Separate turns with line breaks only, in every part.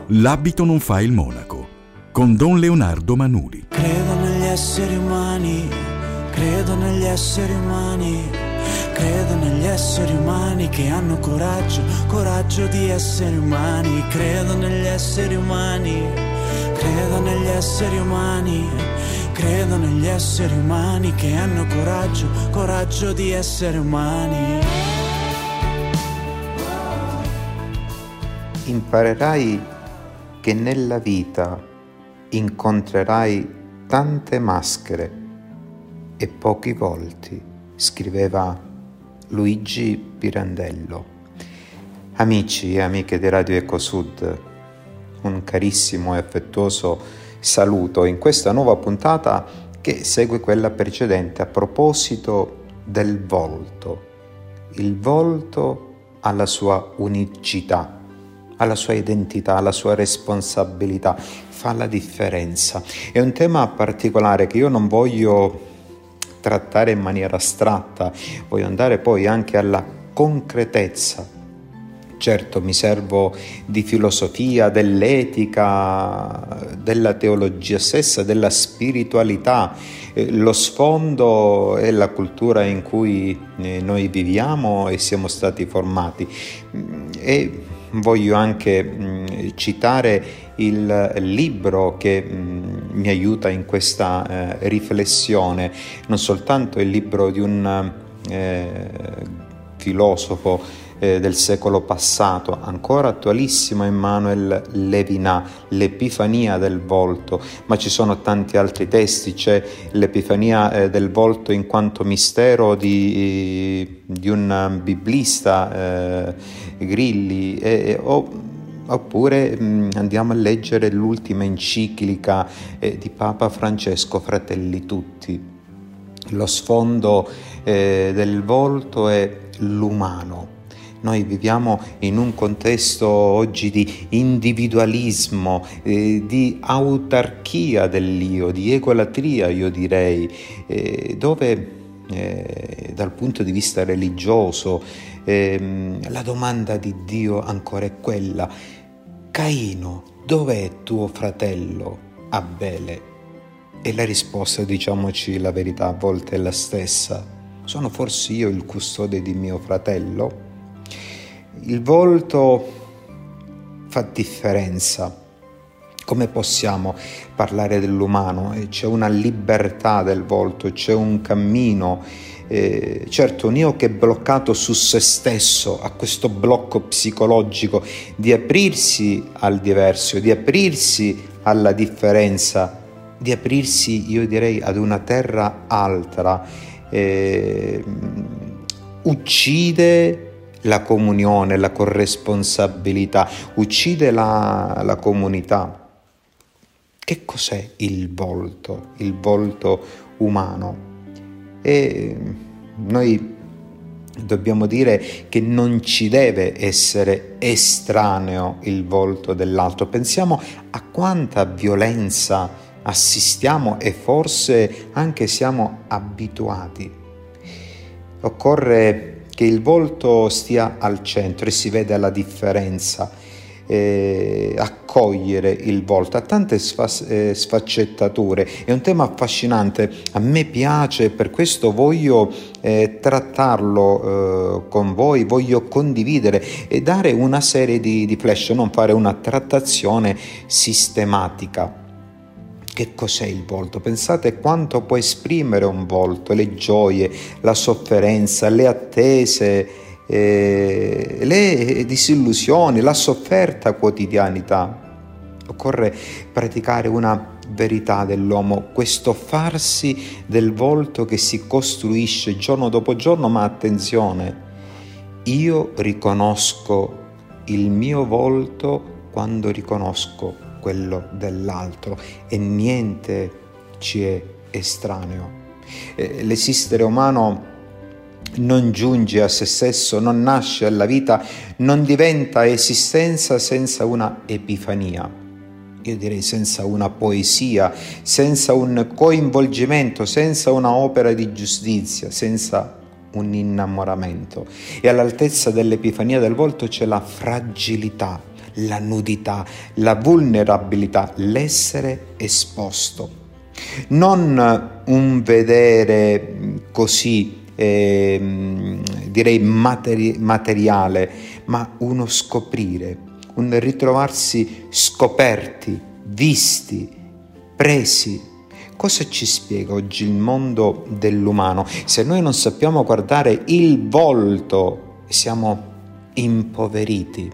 L'abito non fa il monaco, con Don Leonardo Manuli.
Credo negli esseri umani, credo negli esseri umani, credo negli esseri umani che hanno coraggio, coraggio di essere umani. Credo negli esseri umani, credo negli esseri umani, credo negli esseri umani che hanno coraggio, coraggio di essere umani.
Imparerai che nella vita incontrerai tante maschere e pochi volti, scriveva Luigi Pirandello. Amici e amiche di Radio Ecosud, un carissimo e affettuoso saluto in questa nuova puntata che segue quella precedente a proposito del volto. Il volto ha sua unicità, ha la sua identità, la sua responsabilità, fa la differenza. È un tema particolare che io non voglio trattare in maniera astratta, voglio andare poi anche alla concretezza. Certo, mi servo di filosofia, dell'etica, della teologia stessa, della spiritualità. Lo sfondo è la cultura in cui noi viviamo e siamo stati formati. E voglio anche citare il libro che mi aiuta in questa riflessione, non soltanto il libro di un filosofo del secolo passato, ancora attualissimo, Emmanuel Levinas, L'Epifania del volto, ma ci sono tanti altri testi. C'è l'Epifania del volto in quanto mistero di un biblista, Grilli, oppure andiamo a leggere l'ultima enciclica di Papa Francesco, Fratelli Tutti. Lo sfondo del volto è l'umano. Noi viviamo in un contesto oggi di individualismo, di autarchia dell'io, di egolatria, io direi, dove dal punto di vista religioso la domanda di Dio ancora è quella: Caino, dov'è tuo fratello Abele? E la risposta, diciamoci la verità, a volte è la stessa: sono forse io il custode di mio fratello? Il volto fa differenza. Come possiamo parlare dell'umano? C'è una libertà del volto, c'è un cammino. Certo, un io che è bloccato su se stesso, a questo blocco psicologico di aprirsi al diverso, di aprirsi alla differenza, di aprirsi, io direi, ad una terra altra. Uccide la comunione, la corresponsabilità, uccide la comunità. Che cos'è il volto umano? E noi dobbiamo dire che non ci deve essere estraneo il volto dell'altro. Pensiamo a quanta violenza assistiamo e forse anche siamo abituati. Occorre che il volto stia al centro e si veda la differenza, accogliere il volto, ha tante sfaccettature, è un tema affascinante, a me piace, per questo voglio trattarlo con voi, voglio condividere e dare una serie di flash, non fare una trattazione sistematica. Che cos'è il volto? Pensate quanto può esprimere un volto, le gioie, la sofferenza, le attese, le disillusioni, la sofferta quotidianità. Occorre praticare una verità dell'uomo, questo farsi del volto che si costruisce giorno dopo giorno, ma attenzione, io riconosco il mio volto quando riconosco quello dell'altro e niente ci è estraneo. L'esistere umano non giunge a se stesso, non nasce alla vita, non diventa esistenza senza una epifania. Io direi senza una poesia, senza un coinvolgimento, senza una opera di giustizia, senza un innamoramento. E all'altezza dell'epifania del volto c'è la fragilità la nudità, la vulnerabilità, l'essere esposto. Non un vedere così, direi materiale, ma uno scoprire, un ritrovarsi scoperti, visti, presi. Cosa ci spiega oggi il mondo dell'umano? Se noi non sappiamo guardare il volto, siamo impoveriti.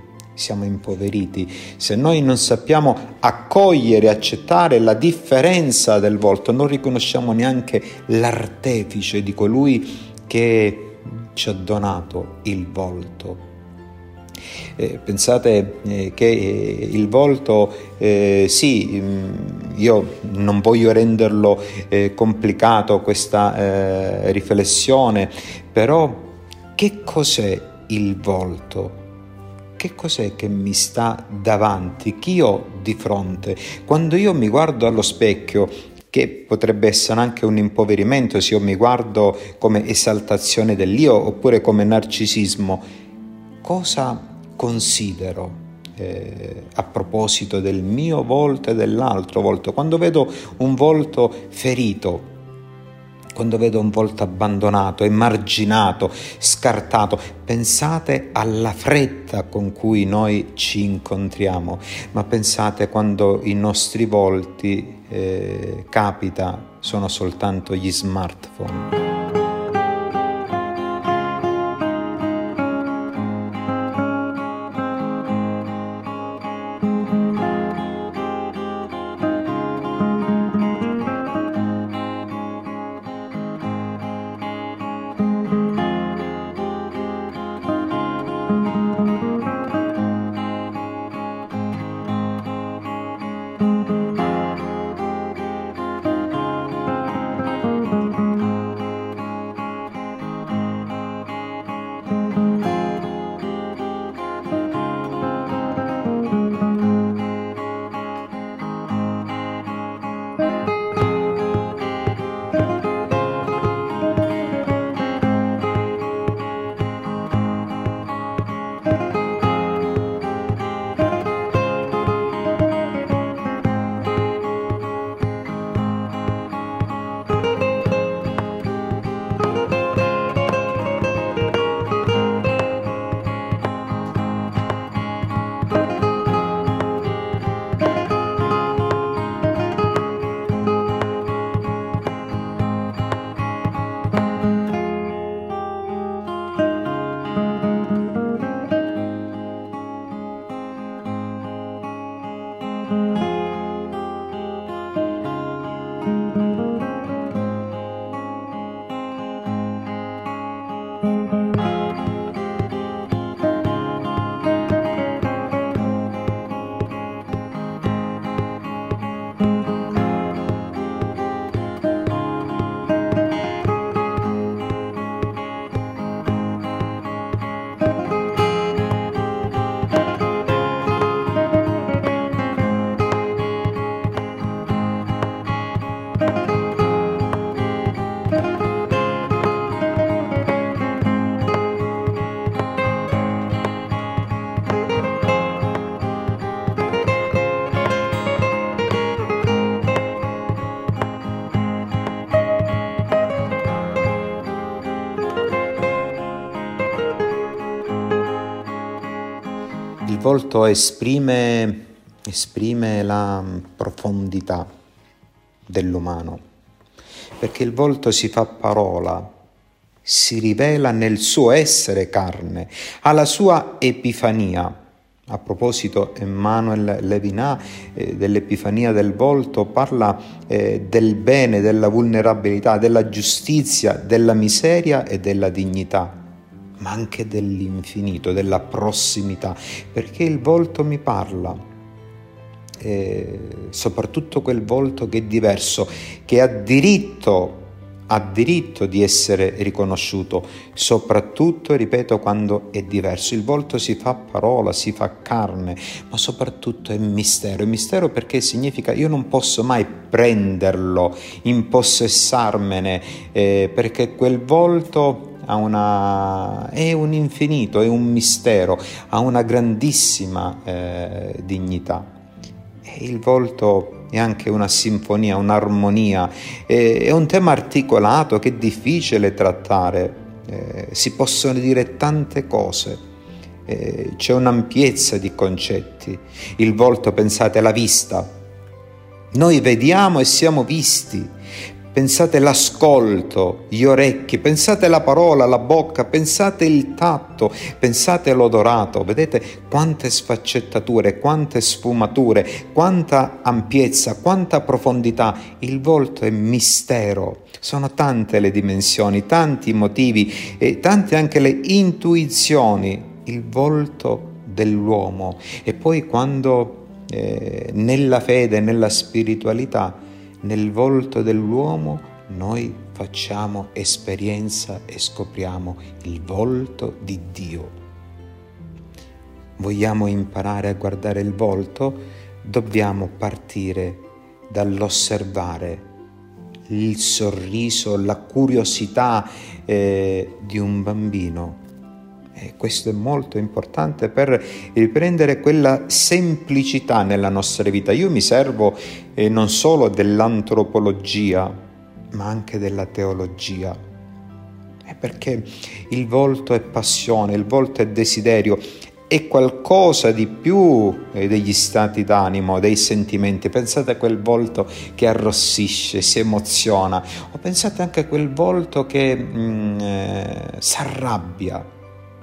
Se noi non sappiamo accogliere e accettare la differenza del volto, non riconosciamo neanche l'artefice di colui che ci ha donato il volto. Pensate che il volto, io non voglio renderlo complicato questa riflessione, però che cos'è il volto? Che cos'è che mi sta davanti? Chi ho di fronte? Quando io mi guardo allo specchio, che potrebbe essere anche un impoverimento se io mi guardo come esaltazione dell'io oppure come narcisismo, cosa considero a proposito del mio volto e dell'altro volto? Quando vedo un volto ferito, quando vedo un volto abbandonato, emarginato, scartato, pensate alla fretta con cui noi ci incontriamo, ma pensate quando i nostri volti sono soltanto gli smartphone. Il volto esprime la profondità dell'umano, perché il volto si fa parola, si rivela nel suo essere carne, ha la sua epifania. A proposito, Emmanuel Levinas dell'epifania del volto parla del bene, della vulnerabilità, della giustizia, della miseria e della dignità, ma anche dell'infinito, della prossimità, perché il volto mi parla, soprattutto quel volto che è diverso, che ha diritto di essere riconosciuto, soprattutto, ripeto, quando è diverso. Il volto si fa parola, si fa carne, ma soprattutto è mistero. È mistero perché significa io non posso mai prenderlo, impossessarmene, perché quel volto è un infinito, è un mistero, ha una grandissima dignità. E il volto è anche una sinfonia, un'armonia, è un tema articolato che è difficile trattare, si possono dire tante cose. C'è un'ampiezza di concetti. Il volto, pensate, è la vista. Noi vediamo e siamo visti. Pensate l'ascolto, gli orecchi, pensate la parola, la bocca, pensate il tatto, pensate l'odorato. Vedete quante sfaccettature, quante sfumature, quanta ampiezza, quanta profondità. Il volto è mistero. Sono tante le dimensioni, tanti i motivi e tante anche le intuizioni. Il volto dell'uomo. E poi quando nella fede, nella spiritualità, nel volto dell'uomo noi facciamo esperienza e scopriamo il volto di Dio. Vogliamo imparare a guardare il volto? Dobbiamo partire dall'osservare il sorriso, la curiosità di un bambino. Questo è molto importante per riprendere quella semplicità nella nostra vita. Io mi servo non solo dell'antropologia, ma anche della teologia, perché il volto è passione, il volto è desiderio, è qualcosa di più degli stati d'animo, dei sentimenti. Pensate a quel volto che arrossisce, si emoziona, o pensate anche a quel volto che s'arrabbia.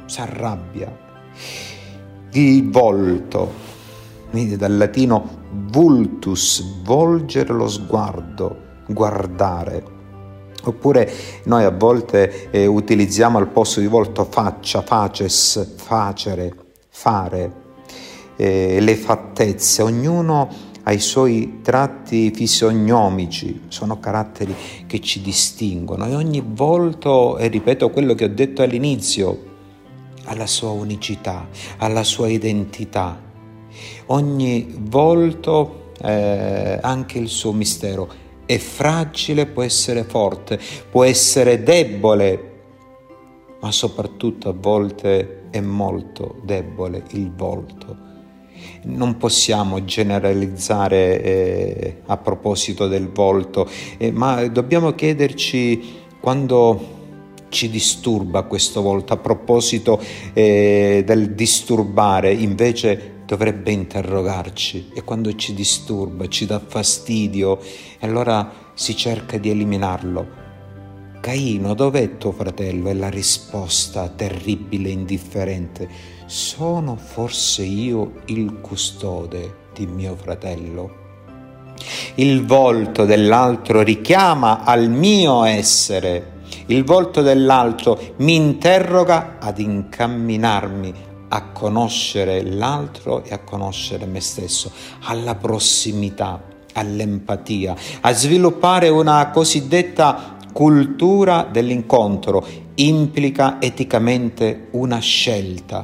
Il volto, dal latino vultus, volgere lo sguardo, guardare. Oppure noi a volte utilizziamo al posto di volto faccia, faces, facere, fare, le fattezze. Ognuno ha i suoi tratti fisionomici, sono caratteri che ci distinguono, e ogni volto, e ripeto quello che ho detto all'inizio, alla sua unicità, alla sua identità. Ogni volto anche il suo mistero. È fragile, può essere forte, può essere debole, ma soprattutto a volte è molto debole il volto. Non possiamo generalizzare a proposito del volto, ma dobbiamo chiederci quando ci disturba questo volto. A proposito del disturbare, invece dovrebbe interrogarci, e quando ci disturba, ci dà fastidio, allora si cerca di eliminarlo. Caino, dov'è tuo fratello? E la risposta terribile e indifferente: sono forse io il custode di mio fratello? Il volto dell'altro richiama al mio essere. Il volto dell'altro mi interroga ad incamminarmi a conoscere l'altro e a conoscere me stesso, alla prossimità, all'empatia, a sviluppare una cosiddetta cultura dell'incontro. Implica eticamente una scelta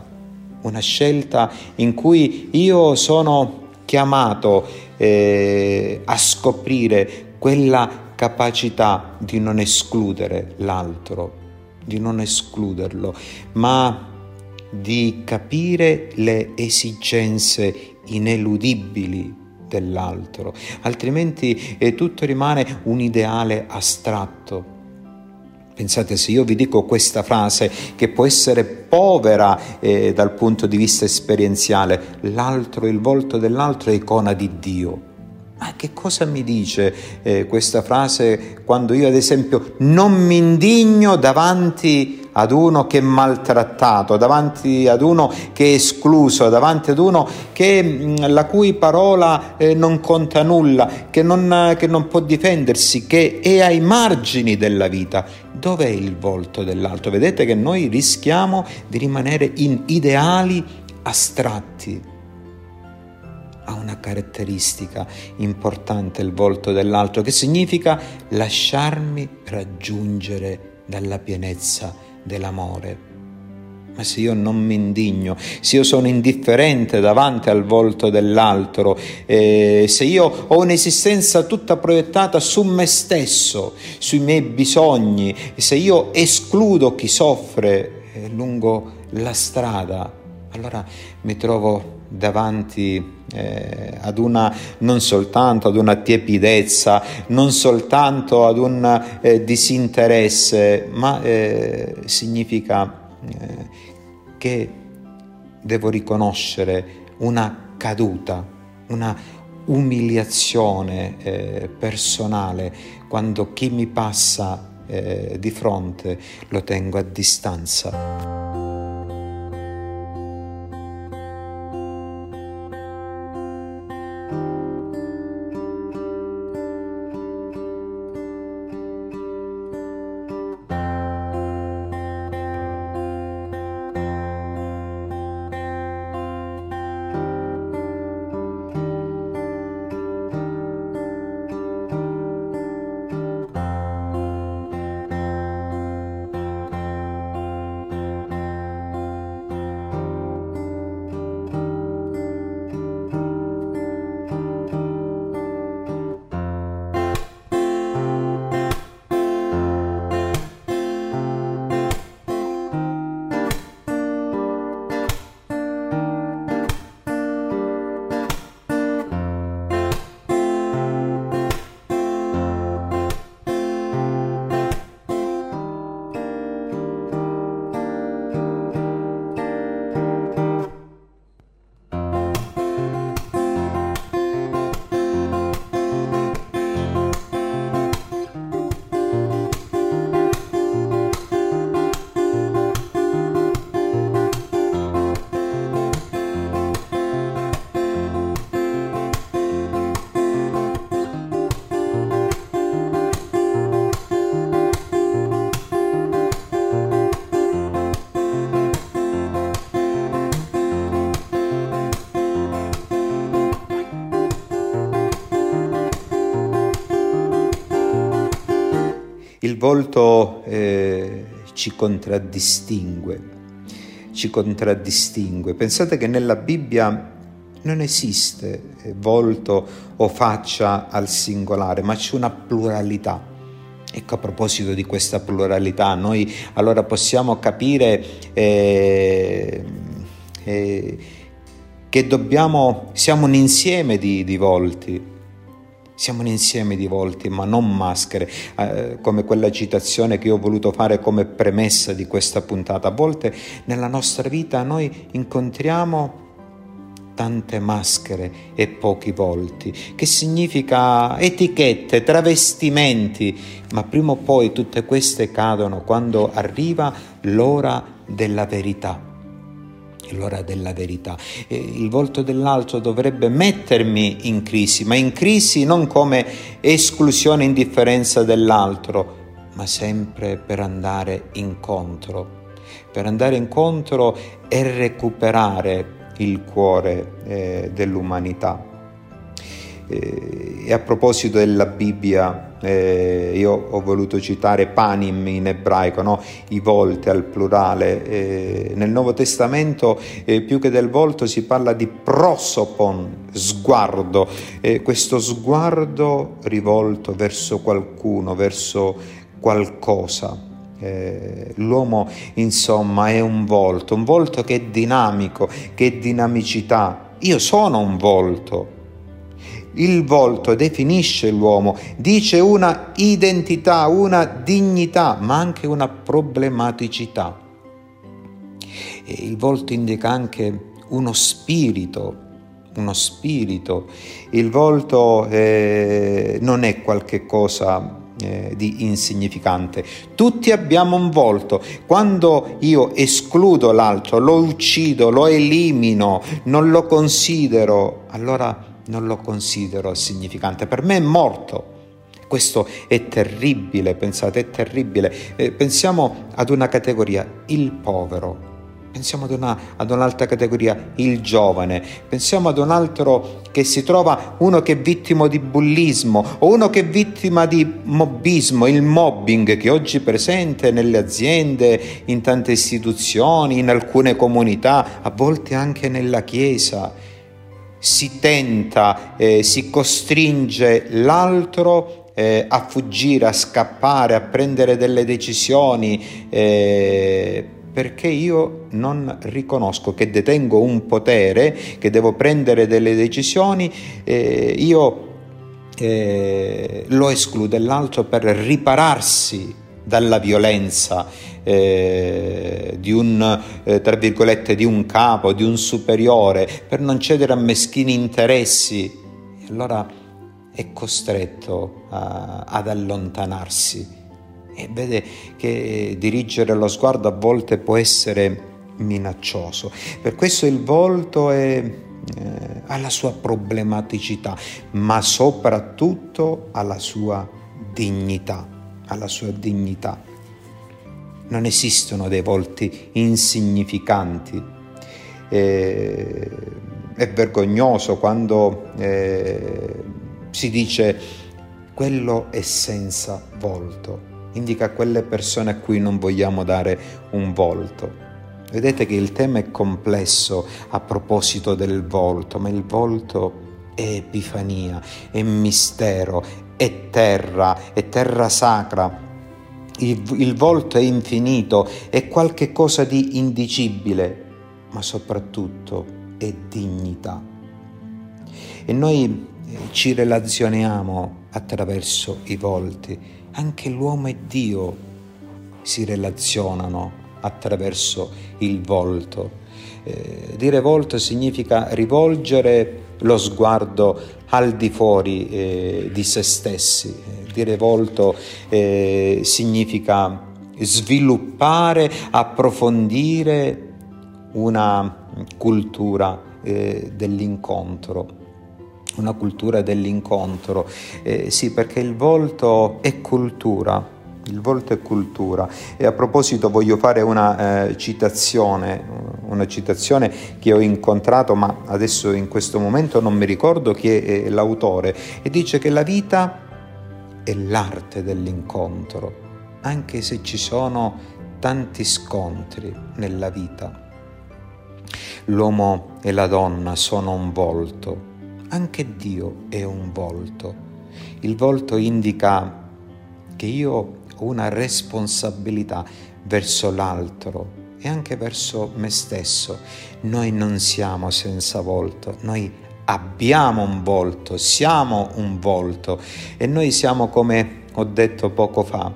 in cui io sono chiamato a scoprire quella capacità di non escludere l'altro, di non escluderlo, ma di capire le esigenze ineludibili dell'altro, altrimenti tutto rimane un ideale astratto. Pensate, se io vi dico questa frase, che può essere povera dal punto di vista esperienziale: l'altro, il volto dell'altro è icona di Dio. Ma che cosa mi dice questa frase quando io, ad esempio, non mi indigno davanti ad uno che è maltrattato, davanti ad uno che è escluso, davanti ad uno la cui parola non conta nulla, che non può difendersi, che è ai margini della vita? Dov'è il volto dell'altro? Vedete che noi rischiamo di rimanere in ideali astratti. Ha una caratteristica importante il volto dell'altro, che significa lasciarmi raggiungere dalla pienezza dell'amore. Ma se io non mi indigno, se io sono indifferente davanti al volto dell'altro, se io ho un'esistenza tutta proiettata su me stesso, sui miei bisogni, se io escludo chi soffre lungo la strada, allora mi trovo davanti non soltanto ad una tiepidezza, non soltanto ad un disinteresse, ma significa che devo riconoscere una caduta, una umiliazione personale quando chi mi passa di fronte lo tengo a distanza. Il volto ci contraddistingue. Pensate che nella Bibbia non esiste volto o faccia al singolare, ma c'è una pluralità. Ecco, a proposito di questa pluralità, noi allora possiamo capire che siamo un insieme di volti. Siamo un insieme di volti, ma non maschere, come quella citazione che io ho voluto fare come premessa di questa puntata. A volte nella nostra vita noi incontriamo tante maschere e pochi volti, che significa etichette, travestimenti, ma prima o poi tutte queste cadono quando arriva l'ora della verità. L'ora della verità. Il volto dell'altro dovrebbe mettermi in crisi, ma in crisi non come esclusione e indifferenza dell'altro, ma sempre per andare incontro e recuperare il cuore dell'umanità. E a proposito della Bibbia, io ho voluto citare panim in ebraico, no? I volti al plurale. Nel Nuovo Testamento più che del volto si parla di prosopon, sguardo, questo sguardo rivolto verso qualcuno, verso qualcosa. L'uomo insomma è un volto che è dinamico, che è dinamicità. Io sono un volto. Il volto definisce l'uomo, dice una identità, una dignità, ma anche una problematicità. Il volto indica anche uno spirito. Il volto non è qualche cosa di insignificante. Tutti abbiamo un volto. Quando io escludo l'altro, lo uccido, lo elimino, non lo considero, allora non lo considero significante. Per me è morto. Questo è terribile, pensate, è terribile. Pensiamo ad una categoria, il povero. Pensiamo ad un'altra categoria, il giovane. Pensiamo ad un altro che si trova, uno che è vittima di bullismo o uno che è vittima di mobbismo, il mobbing che oggi è presente nelle aziende, in tante istituzioni, in alcune comunità, a volte anche nella Chiesa. Si tenta, si costringe l'altro a fuggire, a scappare, a prendere delle decisioni, perché io non riconosco che detengo un potere, che devo prendere delle decisioni, io lo escludo l'altro per ripararsi dalla violenza di un, tra virgolette, di un capo, di un superiore, per non cedere a meschini interessi. E allora è costretto ad allontanarsi. E vede che dirigere lo sguardo a volte può essere minaccioso. Per questo il volto ha la sua problematicità, ma soprattutto ha la sua dignità. Non esistono dei volti insignificanti. È vergognoso quando si dice quello è senza volto. Indica quelle persone a cui non vogliamo dare un volto. Vedete che il tema è complesso a proposito del volto, ma il volto è epifania, è mistero, è terra sacra. Il volto è infinito, è qualche cosa di indicibile, ma soprattutto è dignità. E noi ci relazioniamo attraverso i volti. Anche l'uomo e Dio si relazionano attraverso il volto. Dire volto significa rivolgere lo sguardo al di fuori di se stessi. Dire volto significa sviluppare, approfondire una cultura dell'incontro. Una cultura dell'incontro, sì, perché il volto è cultura. E a proposito voglio fare una citazione che ho incontrato, ma adesso in questo momento non mi ricordo chi è l'autore, e dice che la vita è l'arte dell'incontro, anche se ci sono tanti scontri nella vita. L'uomo e la donna sono un volto. Anche Dio è un volto. Il volto indica che io ho una responsabilità verso l'altro e anche verso me stesso. Noi non siamo senza volto, noi abbiamo un volto, siamo un volto, e noi siamo, come ho detto poco fa,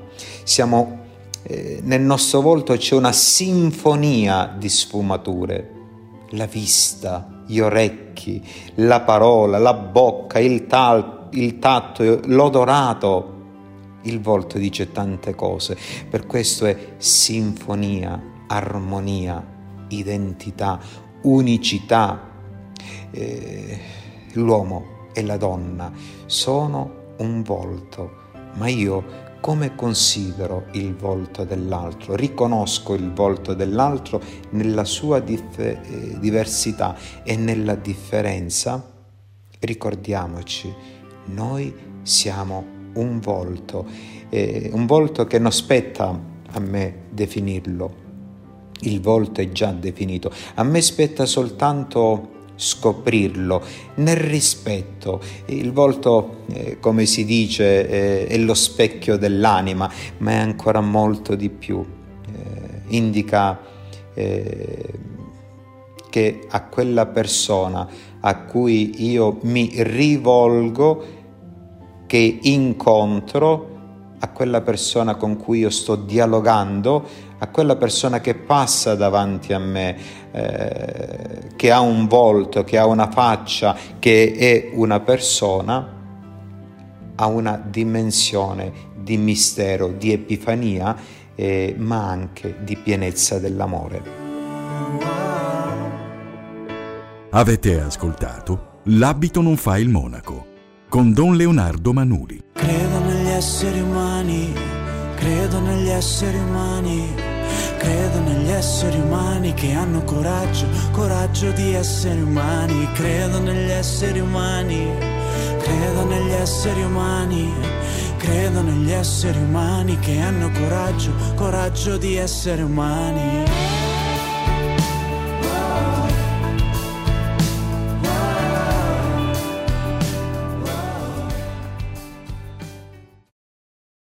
nel nostro volto c'è una sinfonia di sfumature. La vista, gli orecchi, la parola, la bocca, il tatto, l'odorato. Il volto dice tante cose, per questo è sinfonia, armonia, identità, unicità. L'uomo e la donna sono un volto, ma io come considero il volto dell'altro? Riconosco il volto dell'altro nella sua diversità e nella differenza? Ricordiamoci, noi siamo un volto che non spetta a me definirlo. Il volto è già definito, a me spetta soltanto scoprirlo nel rispetto. Il volto, come si dice, è lo specchio dell'anima, ma è ancora molto di più. Indica che a quella persona a cui io mi rivolgo, che incontro, a quella persona con cui io sto dialogando, a quella persona che passa davanti a me, che ha un volto, che ha una faccia, che è una persona, ha una dimensione di mistero, di epifania, ma anche di pienezza dell'amore.
Avete ascoltato L'abito non fa il monaco con Don Leonardo Manuli.
Credo negli esseri umani, credo negli esseri umani, Credo negli esseri umani che hanno coraggio, coraggio di essere umani. Credo negli esseri umani, credo negli esseri umani. Credo negli esseri umani che hanno coraggio, coraggio di essere umani.